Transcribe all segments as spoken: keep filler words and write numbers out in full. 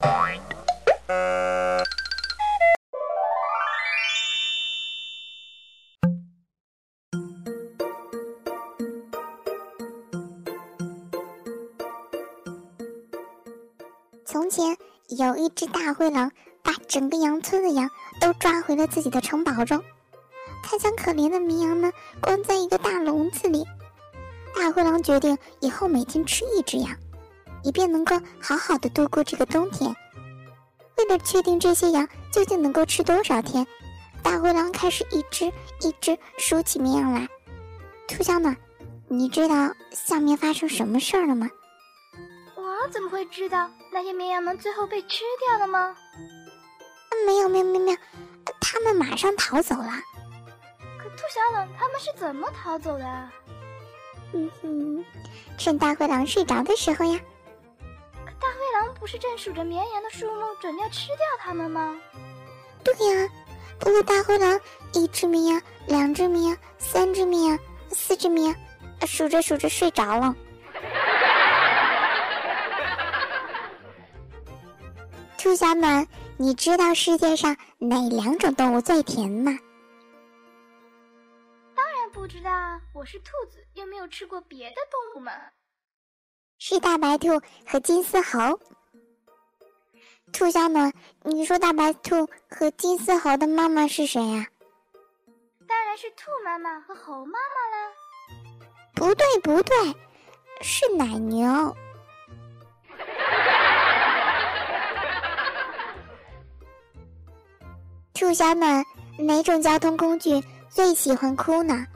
从前有一只大灰狼，把整个羊村的羊都抓回了自己的城堡中。他将可怜的绵羊们关在一个大笼子里。大灰狼决定以后每天吃一只羊，以便能够好好的度过这个冬天。为了确定这些羊究竟能够吃多少天，大灰狼开始一只一只数起绵羊来。兔小暖，你知道下面发生什么事儿了吗？ 我怎么会知道？那些绵羊们最后被吃掉了吗？ 没有没有没有没有，他们马上逃走了。 可兔小冷他们是怎么逃走的啊？ 嗯哼，趁大灰狼睡着的时候呀。 可大灰狼不是正数着绵羊的数目，准要吃掉它们吗？ 对呀，不过大灰狼一只绵羊，两只绵羊，三只绵羊，四只绵羊，数着数着睡着了。兔小暖，你知道世界上哪两种动物最甜吗？ 当然不知道啊，我是兔子，又没有吃过别的动物们。 是大白兔和金丝猴。兔小暖，你说大白兔和金丝猴的妈妈是谁呀？ 当然是兔妈妈和猴妈妈啦。 不对不对，是奶牛。兔小暖，哪种交通工具最喜欢哭呢？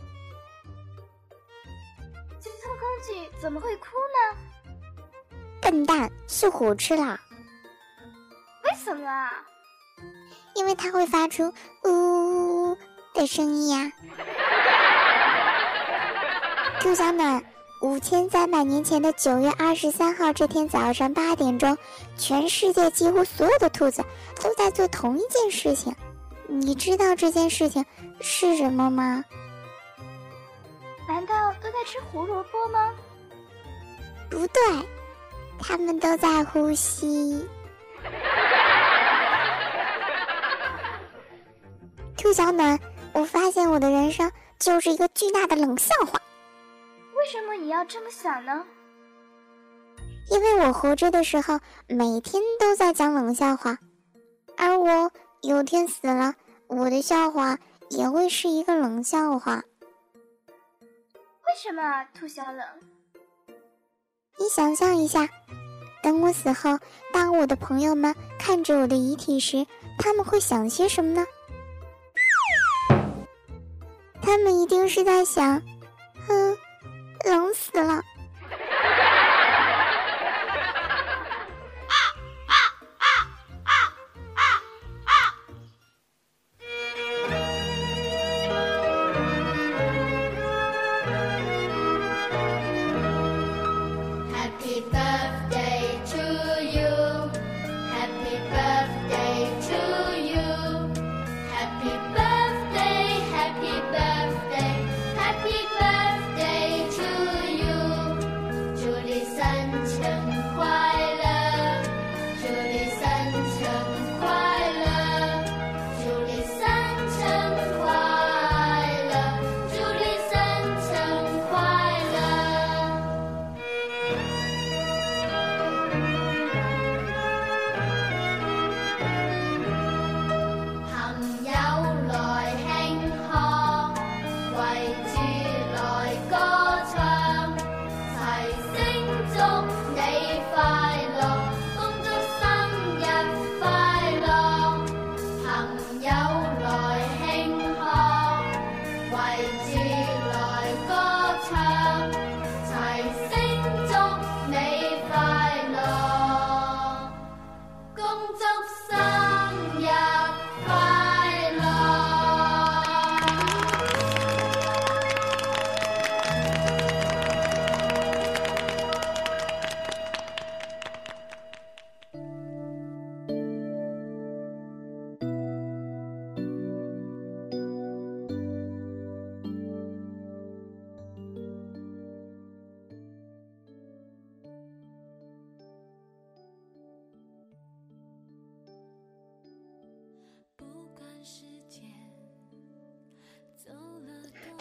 交通工具怎么会哭呢？ 笨蛋，是虎吃了。 为什么啊？ 因为它会发出呜呜的声音呀。兔小暖，五千三百年前的九月二十三号这天早上八点钟，全世界几乎所有的兔子都在做同一件事情。你知道这件事情是什么吗？ 难道都在吃胡萝卜吗？ 不对，他们都在呼吸。兔小暖，我发现我的人生就是一个巨大的冷笑话。 为什么你要这么想呢？ 因为我活着的时候每天都在讲冷笑话，而我有天死了，我的笑话也会是一个冷笑话。 为什么啊，兔小冷？ 你想象一下，等我死后，当我的朋友们看着我的遗体时，他们会想些什么呢？他们一定是在想，嗯，冷死了。 Happy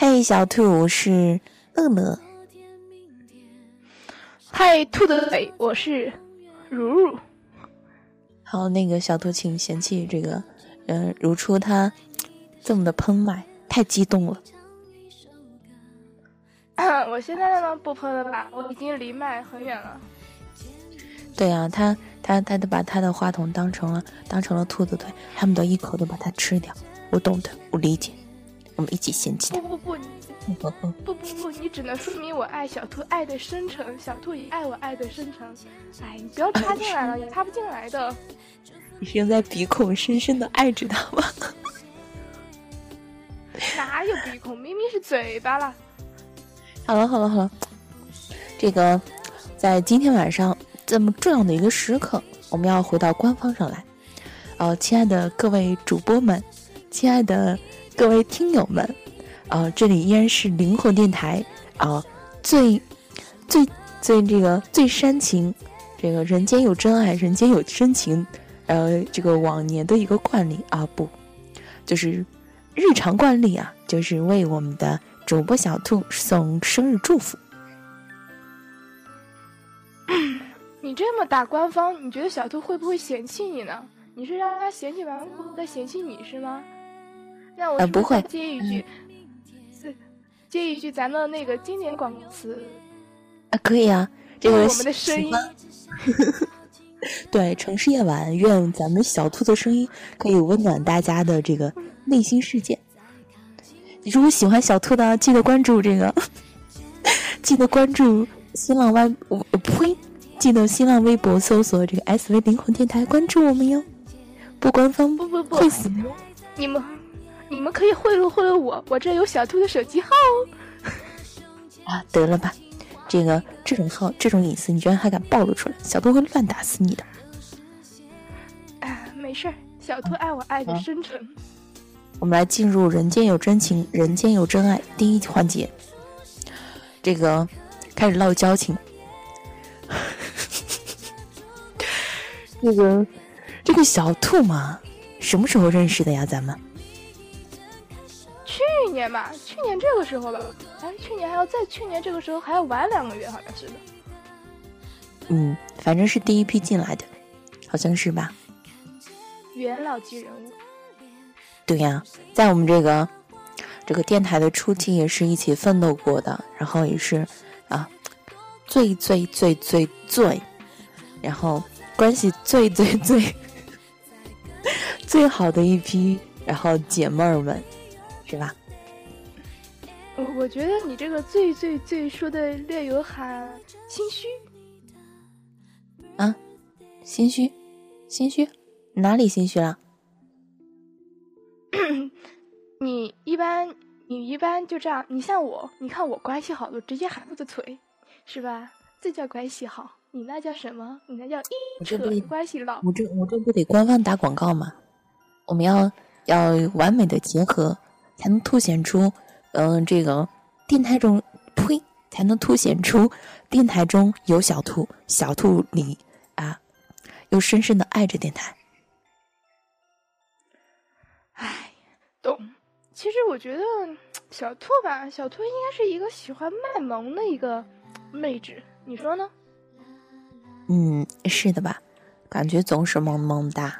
嘿，小兔，我是乐乐。 嗨，兔的嘴，我是如如。 好，那个小兔，请嫌弃这个，嗯、呃，如初他这么的喷麦，太激动了。 我现在呢不喷了吧，我已经离麦很远了。 对啊，他他他都把他的话筒当成了当成了兔子腿，恨不得一口都把它吃掉。我懂的，我理解，我们一起嫌弃他。 不不不，你不不不不，你只能说明我爱小兔爱的深沉，小兔也爱我爱的深沉。哎，你不要插进来了，你插不进来的。 你是在鼻孔深深的爱着他吗？ 哪有鼻孔，明明是嘴巴啦。 好了好了好了，这个在今天晚上这么重要的一个时刻，我们要回到官方上来。呃，亲爱的各位主播们，亲爱的各位听友们，呃，这里依然是灵魂电台啊、呃，最最最这个最煽情，这个人间有真爱，人间有真情，呃，这个往年的一个惯例啊，不，就是日常惯例啊，就是为我们的主播小兔送生日祝福。 你这么打官方，你觉得小兔会不会嫌弃你呢？你是让他嫌弃完过后再嫌弃你是吗？那我是不是接一句、呃、接一句咱的那个经典广告词啊？可以啊，这个我们的声音对，城市夜晚，愿咱们小兔的声音可以温暖大家的这个内心世界。你如果喜欢小兔的，记得关注这个，记得关注新浪微博，呸，记得新浪微博搜索这个 S V 灵魂电台，关注我们哟。不官方不不不会死吗？ 你们你们可以贿赂贿赂我，我这有小兔的手机号啊，得了吧，这个这种号这种隐私，你居然还敢暴露出来，小兔会乱打死你的。 哎，没事儿，小兔爱我爱的深沉。啊， 我们来进入人间有真情，人间有真爱第一环节。这个开始唠交情。这个这个小兔嘛，什么时候认识的呀？咱们去年吧，去年这个时候吧，哎，去年还要在去年这个时候还要晚两个月，好像是的。 嗯，反正是第一批进来的，好像是吧？ 元老级人物。 对呀，在我们这个这个电台的初期也是一起奋斗过的，然后也是啊最最最最最，然后关系最最最最好的一批，然后姐妹儿们，是吧？ 我我觉得你这个最最最说的略有喊心虚啊，心虚，心虚，哪里心虚了？ 你一般你一般就这样，你像我，你看我关系好，我直接喊兔子腿，是吧？这叫关系好。你那叫什么？你那叫一扯关系老。 我这我这不得官方打广告吗？我们要要完美的结合，才能凸显出，嗯、呃，这个电台中，呸，才能凸显出电台中有小兔，小兔里啊，又深深的爱着电台。 唉，懂。其实我觉得小兔吧，小兔应该是一个喜欢卖萌的一个妹纸，你说呢？ 嗯，是的吧？感觉总是萌萌哒，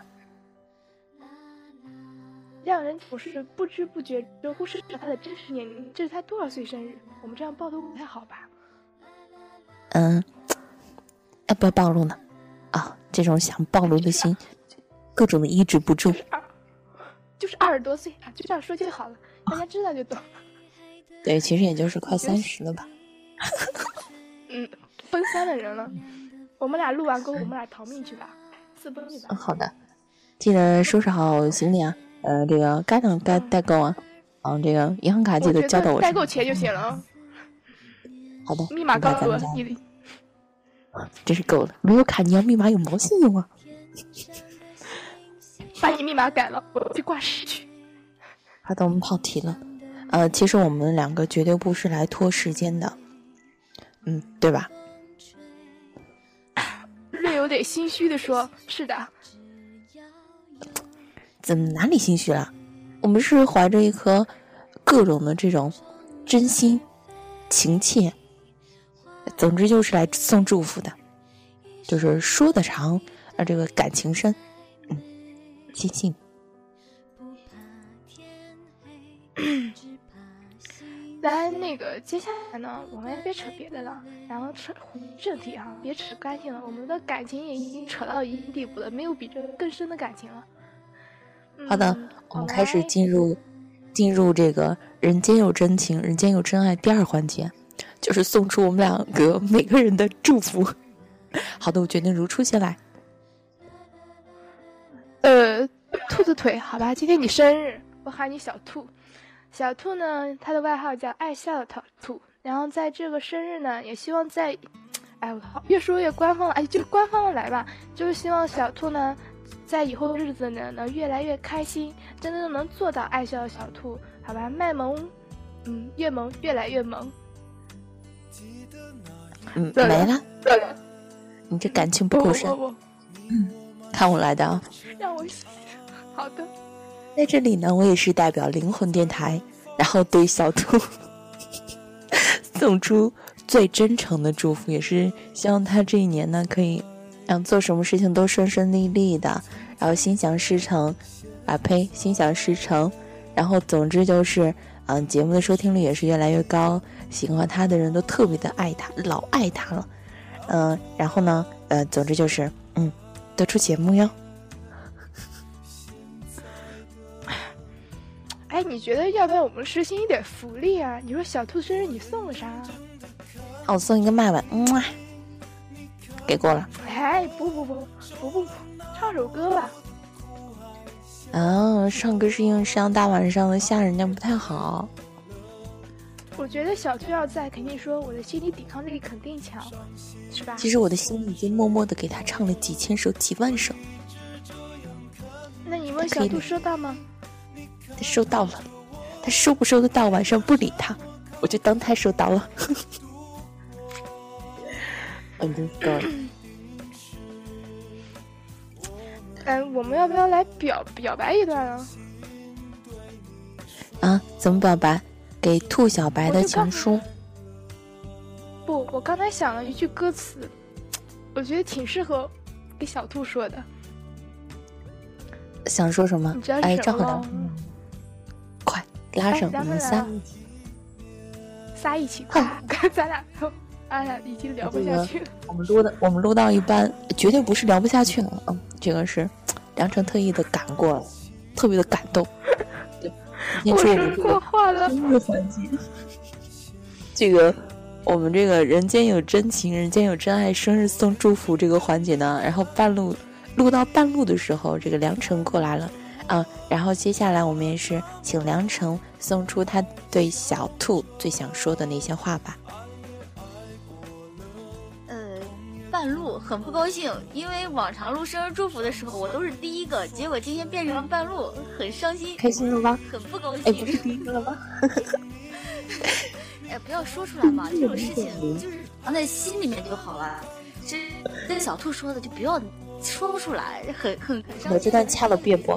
让人总是不知不觉就忽视了他的真实年龄。这是他多少岁生日？我们这样暴露不太好吧？ 嗯，要不要暴露呢？啊，这种想暴露的心，各种的抑制不住。 就是二，就是二十多岁啊，就这样说就好了，大家知道就懂。 对，其实也就是快三十了吧。 嗯，奔三的人了。我们俩录完过后，我们俩逃命去吧，私奔去吧。 嗯，好的，记得收拾好行李啊，呃，这个该等该代购啊，嗯，这个银行卡记得交到我。 代购钱就行了。 好的， 密码告诉我，你真是够了，没有卡你要密码有毛信用啊！ 把你密码改了，我去挂失去。 好的，我们跑题了。呃，其实我们两个绝对不是来拖时间的，嗯，对吧？ 略有点心虚的说，是的。 怎么哪里心虚了？我们是怀着一颗各种的这种真心情切，总之就是来送祝福的，就是说得长，而这个感情深，嗯，心性。 来，那个接下来呢，我们也别扯别的了，然后扯正题哈，别扯干净了。我们的感情也已经扯到一定地步了，没有比这更深的感情了。嗯、 好的，我们开始进入进入这个人间有真情，人间有真爱第二环节，就是送出我们两个每个人的祝福。好的，我决定如初先来。 呃，兔子腿，好吧，今天你生日，我喊你小兔。小兔呢，它的外号叫爱笑的兔。然后在这个生日呢，也希望在，哎，我越说越官方了，哎，就官方的来吧，就是希望小兔呢，在以后的日子呢，能越来越开心，真正能做到爱笑的小兔，好吧，卖萌，嗯，越萌越来越萌。 嗯，没了，你这感情不够深。嗯，看我来的啊！ 让我好的。 在这里呢，我也是代表灵魂电台，然后对小兔送出最真诚的祝福，也是希望他这一年呢，可以让做什么事情都顺顺利利的，然后心想事成，啊呸，心想事成，然后总之就是，嗯，节目的收听率也是越来越高，喜欢他的人都特别的爱他，老爱他了，嗯、呃，然后呢，呃，总之就是，嗯，多出节目哟。 哎，你觉得要不要我们实行一点福利啊？你说小兔生日你送个啥？ 我送一个麦麦，嗯，给过了。 哎，不不不不不不，唱首歌吧。 啊，唱歌是因为上大晚上的吓人家不太好。 我觉得小兔要在，肯定说我的心理抵抗力肯定强，是吧？ 其实我的心里已经默默的给他唱了几千首、几万首。 那你问小兔收到吗？ 他收到了，他收不收得到？晚上不理他，我就当他收到了。I'm just going。 嗯，我们要不要来表表白一段啊？ 啊，怎么表白？给兔小白的情书。 不，我刚才想了一句歌词，我觉得挺适合给小兔说的。 想说什么？ 你知道哎， 是什么吗？ 快拉上我们仨， 仨一起快！看咱俩都，哎呀，已经聊不下去了。 我们录的，我们录到一半，绝对不是聊不下去了。嗯，这个是梁晨特意的赶过了，特别的感动。对， 我说错话了。 音乐环节，这个我们这个人间有真情，人间有真爱，生日送祝福这个环节呢，然后半路。录到半路的时候，这个梁晨过来了，啊，然后接下来我们也是请梁晨送出他对小兔最想说的那些话吧。 呃，半路很不高兴，因为往常录生日祝福的时候我都是第一个，结果今天变成了半路，很伤心。 开心了吗？ 很不高兴。 哎，不是第一个了吗？ 哎，不要说出来嘛，这种事情就是放在心里面就好了。这跟小兔说的就不要。说不出来，很很很伤心。 我这段掐了别播。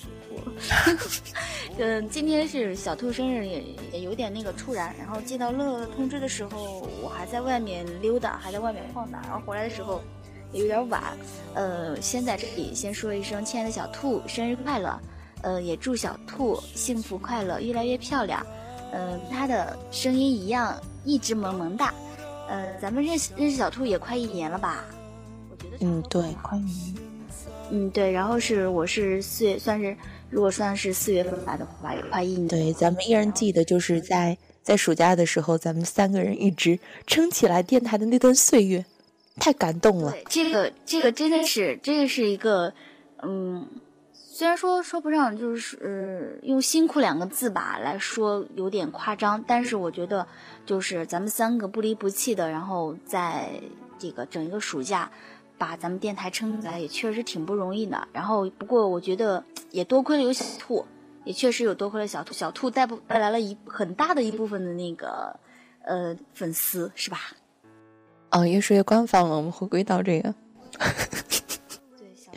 嗯，今天是小兔生日，也也有点那个突然。然后接到乐乐的通知的时候，我还在外面溜达，还在外面晃荡。然后回来的时候也有点晚。呃，先在这里先说一声，亲爱的小兔，生日快乐！呃，也祝小兔幸福快乐，越来越漂亮。嗯、呃，他的声音一样，一直萌萌哒。呃，咱们认识认识小兔也快一年了吧？ 嗯，对，快一年。 嗯，对，然后是我是四月，算是如果算是四月份来的话，也快一年。 对，咱们依然记得，就是在在暑假的时候，咱们三个人一直撑起来电台的那段岁月，太感动了。 对，这个这个真的是，这个是一个，嗯，虽然说说不上，就是呃，用辛苦两个字吧来说有点夸张，但是我觉得就是咱们三个不离不弃的，然后在这个整一个暑假。把咱们电台撑起来也确实挺不容易的，然后不过我觉得也多亏了有小兔，也确实有多亏了小兔，小兔带不带来了一很大的一部分的那个呃粉丝，是吧？ 哦，越说越官方了，我们回归到这个。 对，小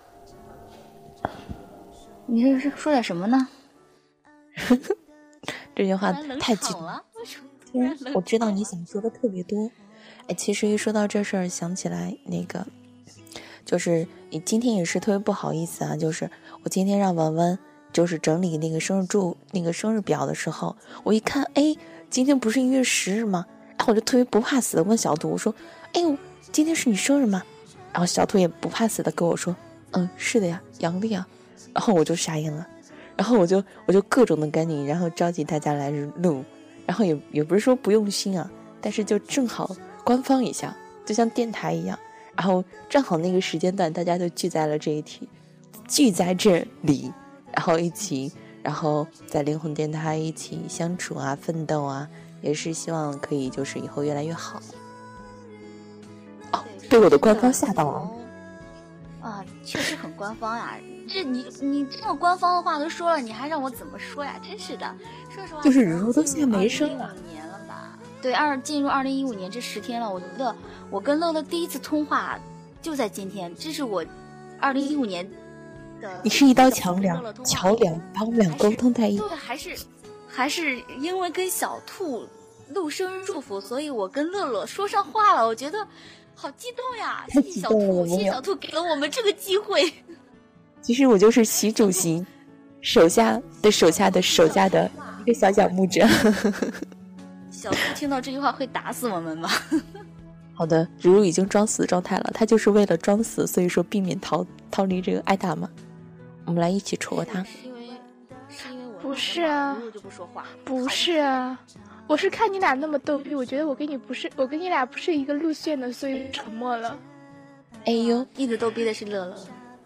兔，你这是说点什么呢？ 这句话太激动了。我知道你想说的特别多。哎，其实一说到这事儿，想起来那个，就是你今天也是特别不好意思啊，就是我今天让文文就是整理那个生日祝那个生日表的时候，我一看，哎，今天不是一月十日吗？然后我就特别不怕死的问小兔，我说，哎呦，今天是你生日吗？然后小兔也不怕死的跟我说，嗯，是的呀，阳历啊。然后我就傻眼了，然后我就我就各种的赶紧，然后召集大家来录，然后也也不是说不用心啊，但是就正好官方一下，就像电台一样，然后正好那个时间段大家都聚在了这一题，聚在这里，然后一起，然后在灵魂电台一起相处啊，奋斗啊，也是希望可以就是以后越来越好。哦，被我的官方吓到了。 啊，确实很官方呀！这你你这么官方的话都说了，你还让我怎么说呀？真是的，说实话， 就是如都现在没声了。 五年了吧？对，二进入二零一五年这十天了，我觉得我跟乐乐第一次通话就在今天，这是我二零一五年的。 你是一道桥梁，桥梁把我们俩沟通在一起。 对，还是还是因为跟小兔录生日祝福，所以我跟乐乐说上话了。我觉得。好激动呀！ 太激动了， 谢谢小兔给了我们这个机会。 其实我就是习主席手下的手下的手下的一个小仰慕者。 小兔听到这句话会打死我们吗？ 好的，如如已经装死状态了，他就是为了装死，所以说避免逃逃离这个挨打嘛。我们来一起戳他。 是因为是因为我不是啊， 我就不说话。 不是啊。我是看你俩那么逗逼，我觉得我跟你不是，我跟你俩不是一个路线的，所以沉默了。 哎呦， 一直逗逼的是乐乐，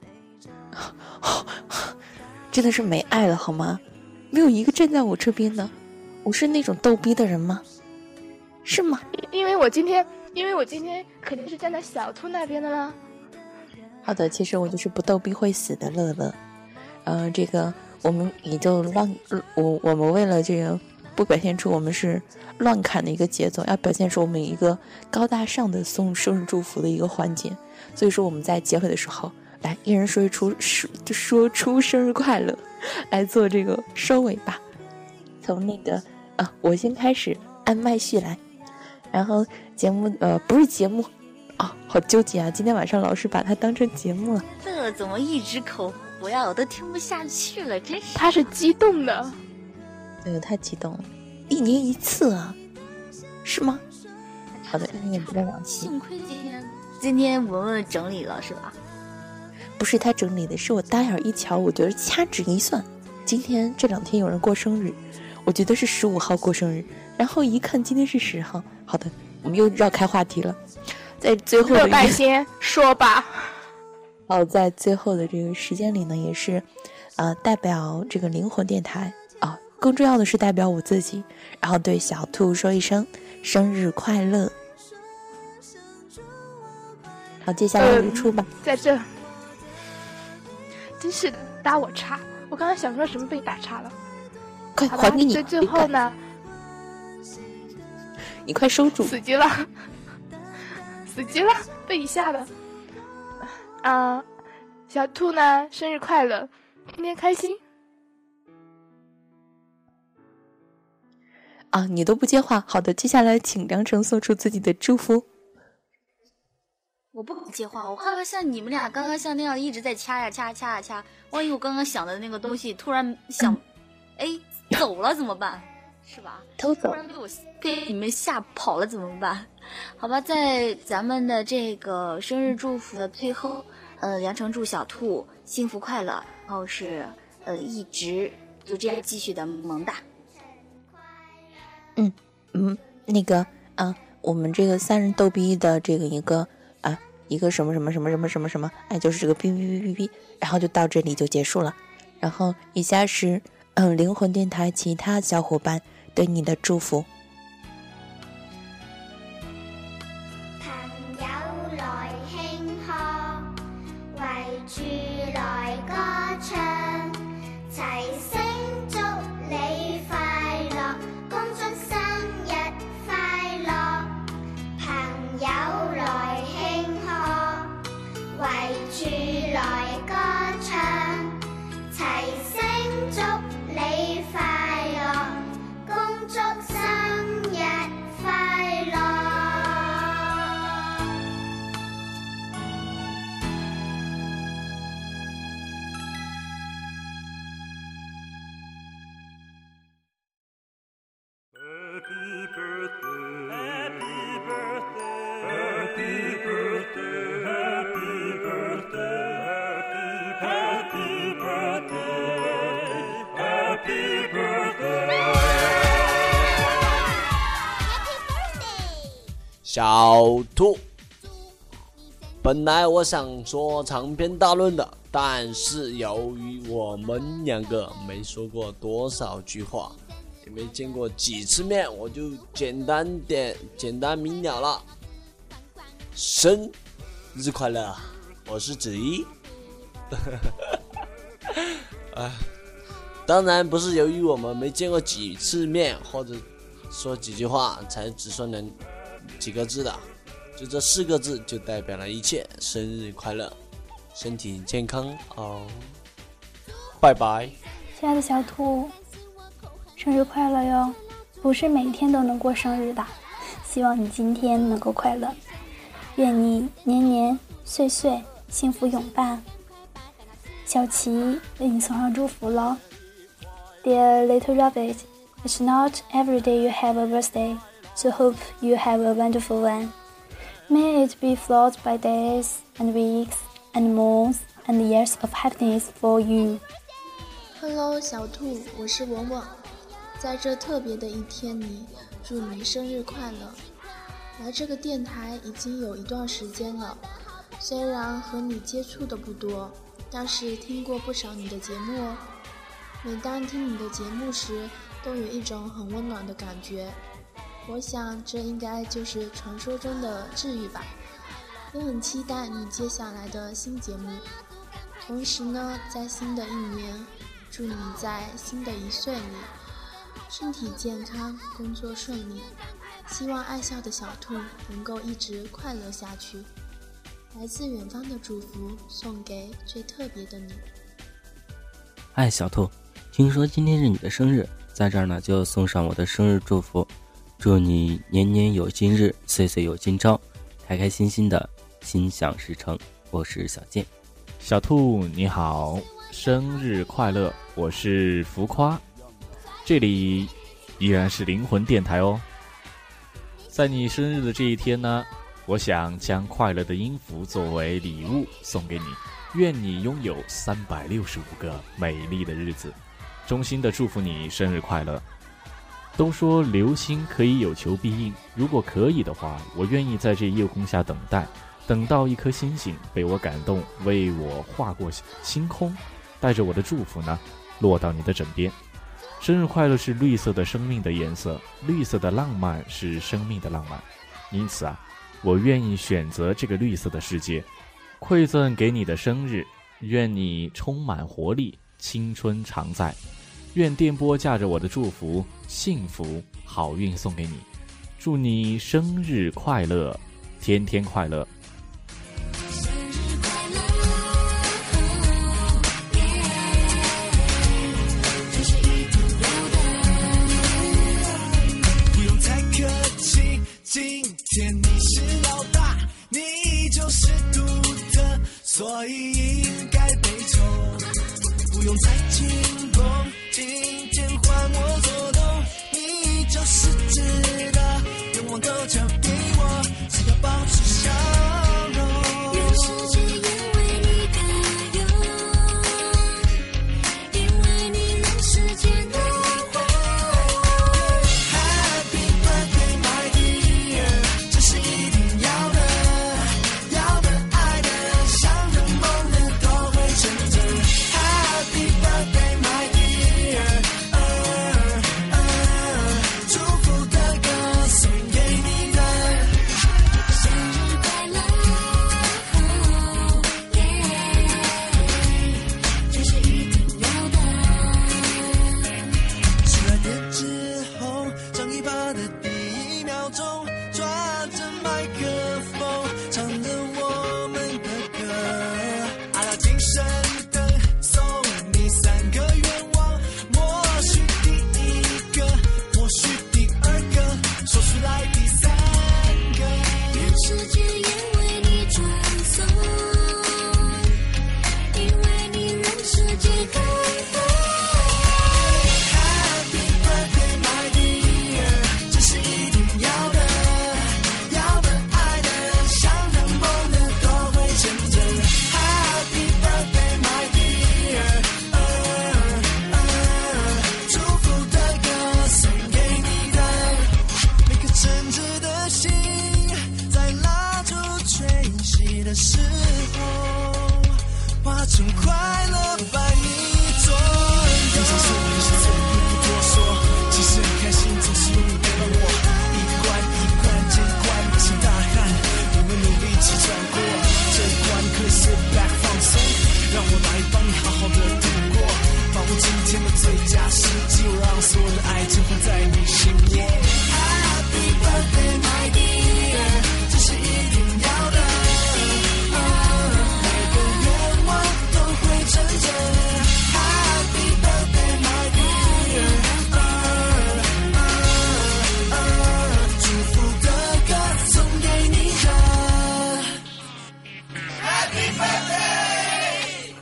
真的是没爱了好吗？没有一个站在我这边的。我是那种逗逼的人吗？是吗？ 因为我今天，因为我今天肯定是站在小兔那边的啦。 好的，其实我就是不逗逼会死的乐乐。呃，这个我们也就让我我们为了这个。不表现出我们是乱砍的一个节奏，要表现出我们一个高大上的送生日祝福的一个环节。所以说我们在结尾的时候，来一人说出说说出生日快乐，来做这个收尾吧。从那个啊，我先开始按麦序来，然后节目呃不是节目啊、哦，好纠结啊！今天晚上老师把它当成节目了。 这怎么一直口不要，我都听不下去了，真是。 他是激动的。 对，太激动了，一年一次啊，是吗？好的，一年不到两期。 幸亏今天今天文文整理了是吧？ 不是他整理的，是我大眼一瞧，我觉得掐指一算，今天这两天有人过生日，我觉得是十五号过生日，然后一看今天是十号，好的，我们又绕开话题了，在最后的白先说吧。 好，在最后的这个时间里呢，也是，呃，代表这个灵魂电台。更重要的是代表我自己，然后对小兔说一声生日快乐。好，接下来日出吧、 呃、在这真是的，打我岔，我刚才想说什么被打岔了， 快还给你。 最最后呢， 你快收住， 死机了死机了，被你吓的啊、呃！小兔呢，生日快乐，天天开心啊！你都不接话，好的，接下来请梁成送出自己的祝福。 我不接话，我害怕像你们俩刚刚像那样一直在掐呀掐掐呀掐，万一我刚刚想的那个东西突然想，哎、嗯，走了怎么办？是吧？ 偷走， 突然被我被你们吓跑了怎么办？好吧，在咱们的这个生日祝福的最后，呃，梁成祝小兔幸福快乐，然后是呃一直就这样继续的萌大。 嗯嗯，那个啊，我们这个三人逗逼的这个一个啊一个什么什么什么什么什么什么，哎，就是这个哔哔哔哔哔，然后就到这里就结束了。然后以下是嗯灵魂电台其他小伙伴对你的祝福。 朋友來慶賀，圍住來歌唱，齊聲祝你快樂，恭祝生日快樂。朋友來慶賀，圍住來歌唱，齊聲祝你快樂，恭小兔。本来我想说长篇大论的，但是由于我们两个没说过多少句话，也没见过几次面，我就简单点，简单明了了。生日快乐，我是子怡。啊，当然不是由于我们没见过几次面，或者说几句话才只说能几个字的，就这四个字就代表了一切。生日快乐，身体健康哦，拜拜。 亲爱的小兔，生日快乐哟！不是每天都能过生日的，希望你今天能够快乐，愿你年年岁岁幸福永伴。小琪为你送上祝福喽。 Dear little rabbit, it's not every day you have a birthday, so hope you have a wonderful one. May it be flowed by days and weeks and months and years of happiness for you. Hello 小兔，我是文文，在这特别的一天里，祝你生日快乐。来这个电台已经有一段时间了，虽然和你接触的不多，但是听过不少你的节目哦。每当听你的节目时，都有一种很温暖的感觉。我想这应该就是传说中的治愈吧。也很期待你接下来的新节目。同时呢，在新的一年，祝你在新的一岁里身体健康，工作顺利。希望爱笑的小兔能够一直快乐下去。来自远方的祝福送给最特别的你。 哎，小兔，听说今天是你的生日，在这儿呢就送上我的生日祝福，祝你年年有今日，岁岁有今朝，开开心心的心想事成。我是小健。 小兔你好，生日快乐，我是浮夸，这里依然是灵魂电台哦。在你生日的这一天呢，我想将快乐的音符作为礼物送给你，愿你拥有三百六十五个美丽的日子，衷心的祝福你生日快乐。都说流星可以有求必应，如果可以的话，我愿意在这夜空下等待，等到一颗星星被我感动，为我划过星空，带着我的祝福呢，落到你的枕边。生日快乐是绿色的生命的颜色，绿色的浪漫是生命的浪漫，因此啊，我愿意选择这个绿色的世界，馈赠给你的生日，愿你充满活力，青春常在。愿电波驾着我的祝福，幸福好运送给你，祝你生日快乐，天天快乐。 今天你是老大，你就是独特，所以应该被宠，不用再进攻，今天换我做动，你就是值得，愿望都交给我，只要保持笑容。愿世界因为你改用，因为你让世界能活。Happy birthday my dear， 这是一定要的，要的爱的，想的梦的都会成真。Happy birthday my dear， 呃呃，祝福的歌送给你的。生日快乐， 成快乐百米中。平常说也是嘴不不多说，其实很开心，总是有你陪伴我，一关一关接一关，满心大汗，我们努力一起闯过这一关，可以 sit back 放松，让我来帮你好好的度过，把握今天的最佳时机，我让所有的爱就放在你心窝。Happy birthday my dear， 这是一定要的，啊，每个愿望都会成真。Happy birthday my dear， 啊啊啊，祝福的歌送给你喝。Happy birthday。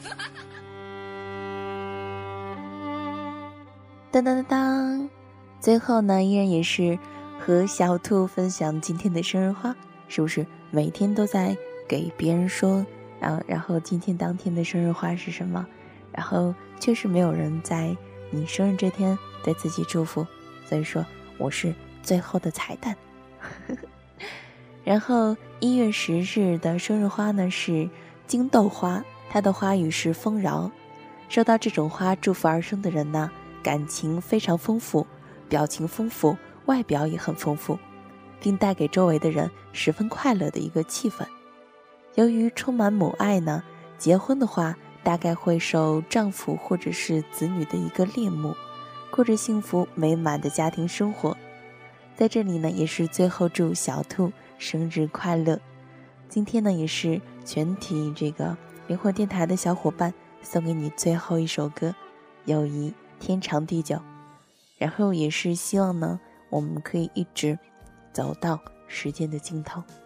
当当当当，最后呢，依然也是和小兔分享今天的生日话，是不是每天都在给别人说啊？然后今天当天的生日话是什么？然后确实没有人在你生日这天对自己祝福，所以说我是最后的彩蛋。然后一月十日的生日花呢是金豆花，它的花语是丰饶。收到这种花祝福而生的人呢，感情非常丰富，表情丰富，外表也很丰富，并带给周围的人十分快乐的一个气氛。由于充满母爱呢，结婚的话大概会受丈夫或者是子女的一个恋慕，过着幸福美满的家庭生活。在这里呢，也是最后祝小兔生日快乐。今天呢，也是全体这个灵魂电台的小伙伴送给你最后一首歌，友谊天长地久。然后也是希望呢，我们可以一直走到时间的尽头。